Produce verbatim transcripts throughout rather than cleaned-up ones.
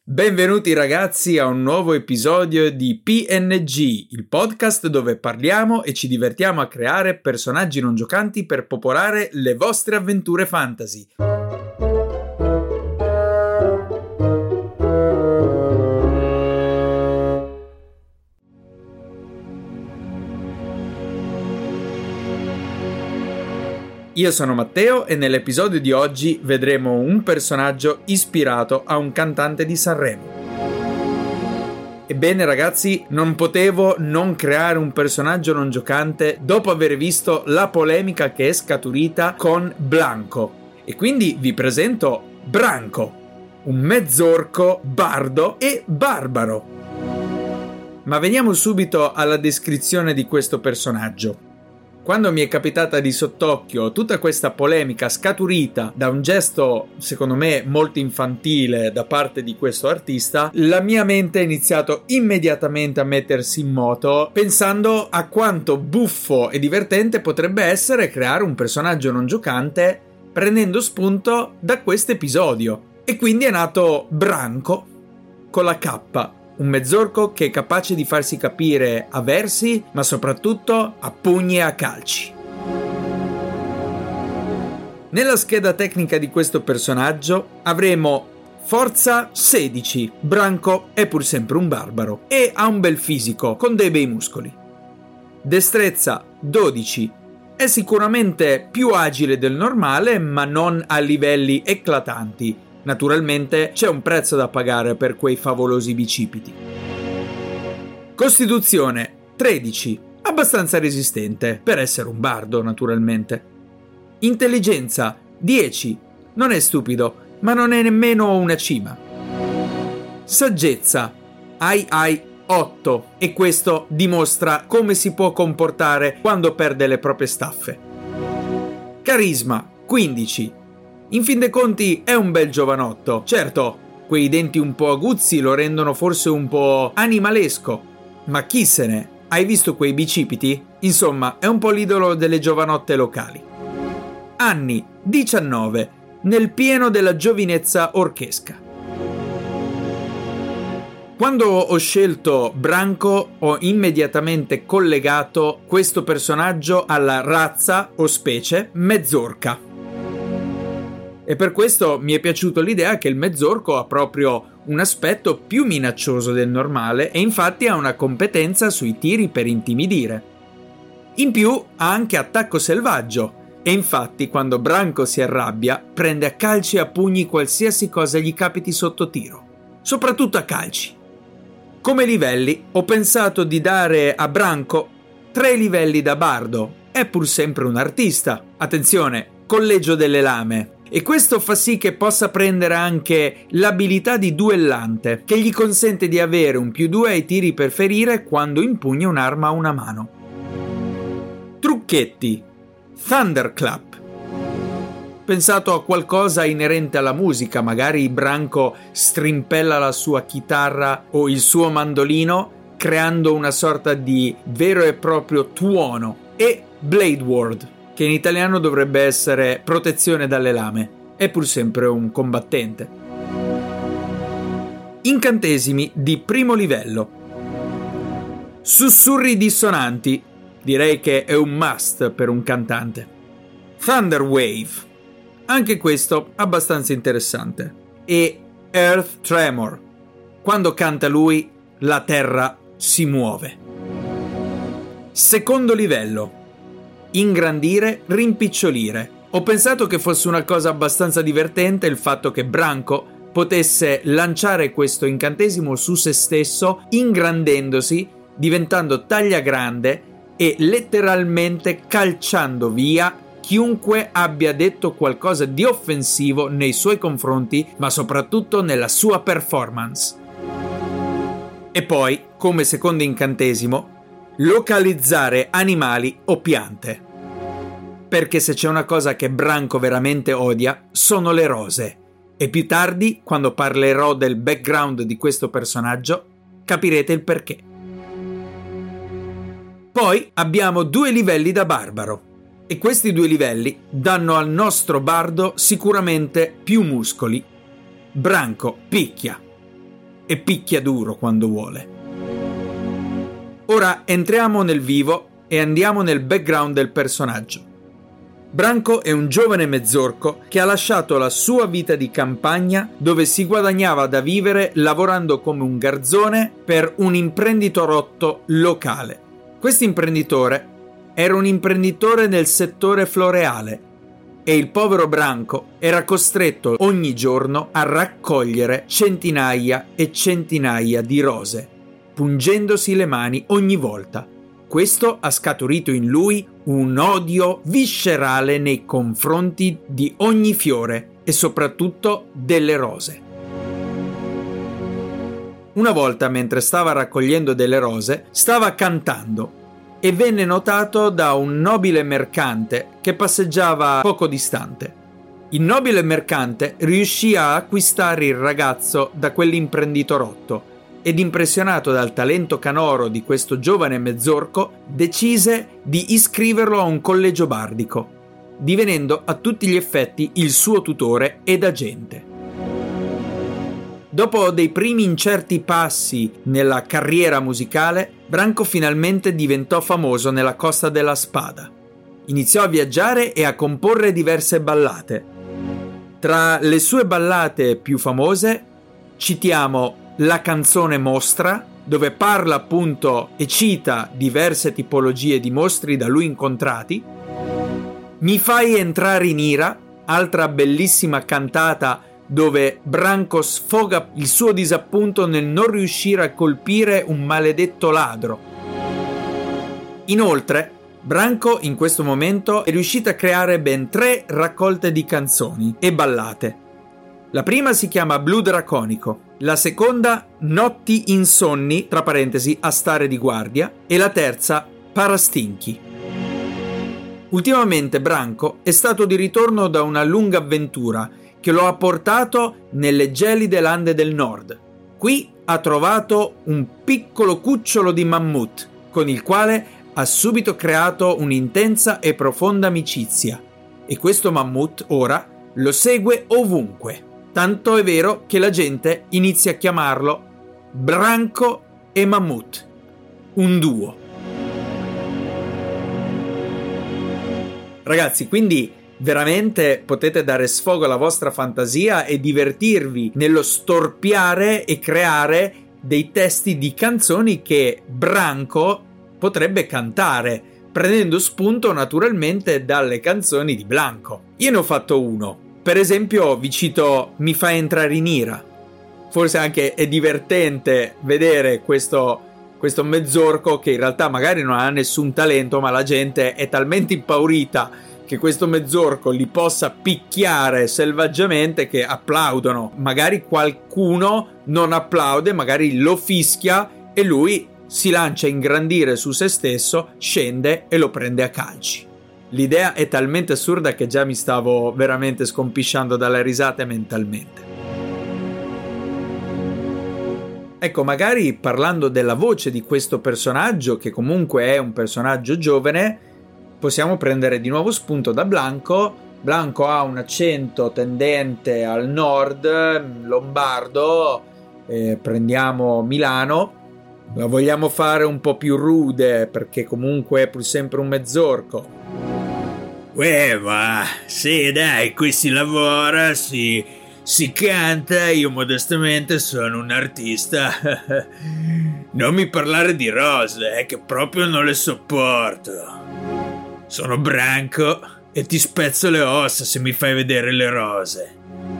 Benvenuti ragazzi a un nuovo episodio di P N G, il podcast dove parliamo e ci divertiamo a creare personaggi non giocanti per popolare le vostre avventure fantasy. Io sono Matteo e nell'episodio di oggi vedremo un personaggio ispirato a un cantante di Sanremo. Ebbene ragazzi, non potevo non creare un personaggio non giocante dopo aver visto la polemica che è scaturita con Blanco. E quindi vi presento Branco, un mezzorco, bardo e barbaro. Ma veniamo subito alla descrizione di questo personaggio. Quando mi è capitata di sott'occhio tutta questa polemica scaturita da un gesto, secondo me, molto infantile da parte di questo artista, la mia mente ha iniziato immediatamente a mettersi in moto, pensando a quanto buffo e divertente potrebbe essere creare un personaggio non giocante prendendo spunto da questo episodio. E quindi è nato Branco con la K. Un mezzorco che è capace di farsi capire a versi, ma soprattutto a pugni e a calci. Nella scheda tecnica di questo personaggio avremo forza sedici, Branco è pur sempre un barbaro e ha un bel fisico con dei bei muscoli. Destrezza dodici, è sicuramente più agile del normale, ma non a livelli eclatanti. Naturalmente c'è un prezzo da pagare per quei favolosi bicipiti. Costituzione tredici, abbastanza resistente per essere un bardo naturalmente. Intelligenza dieci, non è stupido, ma non è nemmeno una cima. Saggezza ai ai otto, e questo dimostra come si può comportare quando perde le proprie staffe. Carisma quindici. In fin dei conti è un bel giovanotto. Certo, quei denti un po' aguzzi lo rendono forse un po' animalesco, ma chi se ne? Hai visto quei bicipiti? Insomma, è un po' l'idolo delle giovanotte locali. Anni diciannove, nel pieno della giovinezza orchesca. Quando ho scelto Branco ho immediatamente collegato questo personaggio alla razza o specie mezzorca. E per questo mi è piaciuta l'idea che il mezzorco ha proprio un aspetto più minaccioso del normale e infatti ha una competenza sui tiri per intimidire. In più ha anche attacco selvaggio e infatti quando Branco si arrabbia prende a calci e a pugni qualsiasi cosa gli capiti sotto tiro, soprattutto a calci. Come livelli ho pensato di dare a Branco tre livelli da bardo, è pur sempre un artista, attenzione, collegio delle lame. E questo fa sì che possa prendere anche l'abilità di duellante, che gli consente di avere un più due ai tiri per ferire quando impugna un'arma a una mano. Trucchetti Thunderclap. Pensato a qualcosa inerente alla musica, magari Branco strimpella la sua chitarra o il suo mandolino, creando una sorta di vero e proprio tuono. E Blade Ward, che in italiano dovrebbe essere protezione dalle lame, è pur sempre un combattente. Incantesimi di primo livello. Sussurri dissonanti, direi che è un must per un cantante. Thunder Wave, anche questo abbastanza interessante. E Earth Tremor, quando canta lui la terra si muove. Secondo livello. Ingrandire, rimpicciolire. Ho pensato che fosse una cosa abbastanza divertente il fatto che Branco potesse lanciare questo incantesimo su se stesso, ingrandendosi, diventando taglia grande e letteralmente calciando via chiunque abbia detto qualcosa di offensivo nei suoi confronti, ma soprattutto nella sua performance. E poi, come secondo incantesimo, localizzare animali o piante. Perché se c'è una cosa che Branco veramente odia, sono le rose. E più tardi, quando parlerò del background di questo personaggio, capirete il perché. Poi abbiamo due livelli da barbaro. E questi due livelli danno al nostro bardo sicuramente più muscoli. Branco picchia. e picchia duro quando vuole. Ora entriamo nel vivo e andiamo nel background del personaggio. Branco è un giovane mezzorco che ha lasciato la sua vita di campagna dove si guadagnava da vivere lavorando come un garzone per un imprenditorotto locale. Questo imprenditore era un imprenditore nel settore floreale e il povero Branco era costretto ogni giorno a raccogliere centinaia e centinaia di rose, pungendosi le mani ogni volta. Questo ha scaturito in lui un odio viscerale nei confronti di ogni fiore e soprattutto delle rose. Una volta, mentre stava raccogliendo delle rose, stava cantando e venne notato da un nobile mercante che passeggiava poco distante. Il nobile mercante riuscì a acquistare il ragazzo da quell'imprenditorotto ed impressionato dal talento canoro di questo giovane mezzorco, decise di iscriverlo a un collegio bardico, divenendo a tutti gli effetti il suo tutore ed agente. Dopo dei primi incerti passi nella carriera musicale, Branco finalmente diventò famoso nella Costa della Spada. Iniziò a viaggiare e a comporre diverse ballate. Tra le sue ballate più famose citiamo La canzone mostra, dove parla appunto e cita diverse tipologie di mostri da lui incontrati. Mi fai entrare in ira, altra bellissima cantata dove Branco sfoga il suo disappunto nel non riuscire a colpire un maledetto ladro. Inoltre, Branco in questo momento è riuscito a creare ben tre raccolte di canzoni e ballate. La prima si chiama Blu Draconico, la seconda Notti insonni, tra parentesi, a stare di guardia, e la terza Parastinchi. Ultimamente Branco è stato di ritorno da una lunga avventura che lo ha portato nelle gelide lande del nord. Qui ha trovato un piccolo cucciolo di mammut, con il quale ha subito creato un'intensa e profonda amicizia, e questo mammut ora lo segue ovunque. Tanto è vero che la gente inizia a chiamarlo Branco e Mammut, un duo. Ragazzi, quindi veramente potete dare sfogo alla vostra fantasia e divertirvi nello storpiare e creare dei testi di canzoni che Branco potrebbe cantare, prendendo spunto naturalmente dalle canzoni di Blanco. Io ne ho fatto uno. Per esempio vi cito Mi fai entrare in ira. Forse anche è divertente vedere questo, questo mezzorco che in realtà magari non ha nessun talento, ma la gente è talmente impaurita che questo mezzorco li possa picchiare selvaggiamente che applaudono. Magari qualcuno non applaude, magari lo fischia e lui si lancia a ingrandire su se stesso, scende e lo prende a calci. L'idea è talmente assurda che già mi stavo veramente scompisciando dalle risate mentalmente. Ecco, magari parlando della voce di questo personaggio, che comunque è un personaggio giovane, possiamo prendere di nuovo spunto da Blanco. Blanco ha un accento tendente al nord, lombardo, eh, prendiamo Milano. La vogliamo fare un po' più rude perché comunque è pur sempre un mezzorco. Uè, ma sì, dai, qui si lavora, si, si canta, io modestamente sono un artista. Non mi parlare di rose, eh, che proprio non le sopporto. Sono Branco e ti spezzo le ossa se mi fai vedere le rose.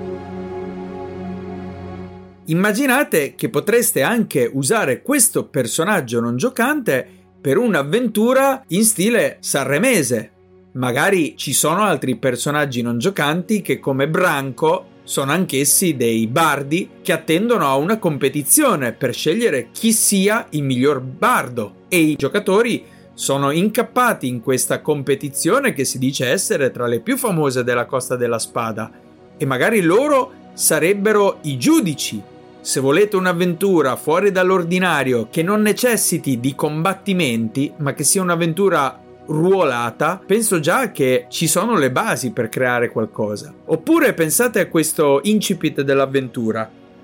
Immaginate che potreste anche usare questo personaggio non giocante per un'avventura in stile sanremese. Magari ci sono altri personaggi non giocanti che, come Branco, sono anch'essi dei bardi che attendono a una competizione per scegliere chi sia il miglior bardo, e i giocatori sono incappati in questa competizione che si dice essere tra le più famose della Costa della Spada, e magari loro sarebbero i giudici. Se volete un'avventura fuori dall'ordinario che non necessiti di combattimenti, ma che sia un'avventura ruolata, penso già che ci sono le basi per creare qualcosa. Oppure pensate a questo incipit dell'avventura.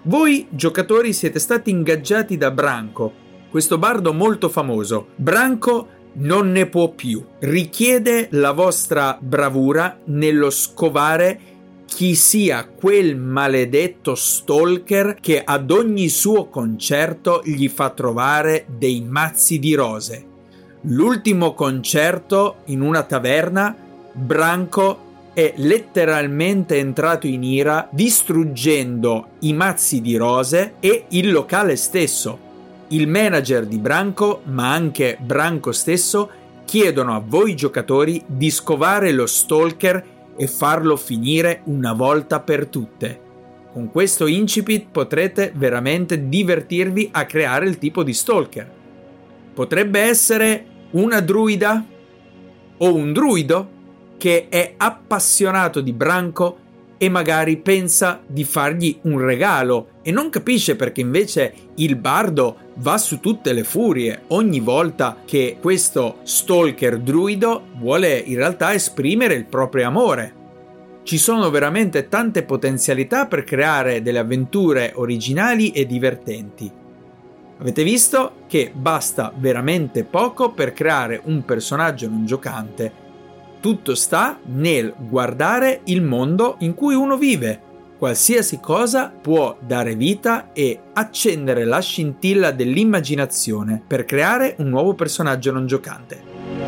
Voi giocatori siete stati ingaggiati da Branco, questo bardo molto famoso. Branco non ne può più, richiede la vostra bravura nello scovare chi sia quel maledetto stalker che ad ogni suo concerto gli fa trovare dei mazzi di rose. L'ultimo concerto in una taverna, Branco è letteralmente entrato in ira distruggendo i mazzi di rose e il locale stesso. Il manager di Branco, ma anche Branco stesso, chiedono a voi giocatori di scovare lo stalker e farlo finire una volta per tutte. Con questo incipit potrete veramente divertirvi a creare il tipo di stalker. Potrebbe essere una druida o un druido che è appassionato di Branco e magari pensa di fargli un regalo e non capisce perché invece il bardo va su tutte le furie ogni volta che questo stalker druido vuole in realtà esprimere il proprio amore. Ci sono veramente tante potenzialità per creare delle avventure originali e divertenti. Avete visto che basta veramente poco per creare un personaggio non giocante. Tutto sta nel guardare il mondo in cui uno vive. Qualsiasi cosa può dare vita e accendere la scintilla dell'immaginazione per creare un nuovo personaggio non giocante.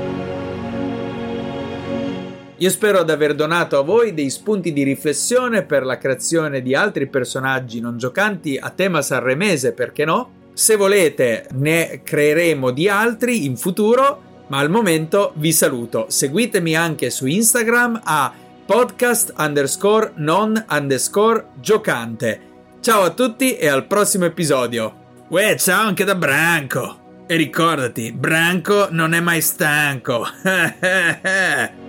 Io spero di aver donato a voi dei spunti di riflessione per la creazione di altri personaggi non giocanti a tema sanremese, perché no? Se volete ne creeremo di altri in futuro. Ma al momento vi saluto. Seguitemi anche su Instagram a podcast underscore non underscore giocante. Ciao a tutti e al prossimo episodio. Uè, ciao anche da Branco. E ricordati, Branco non è mai stanco.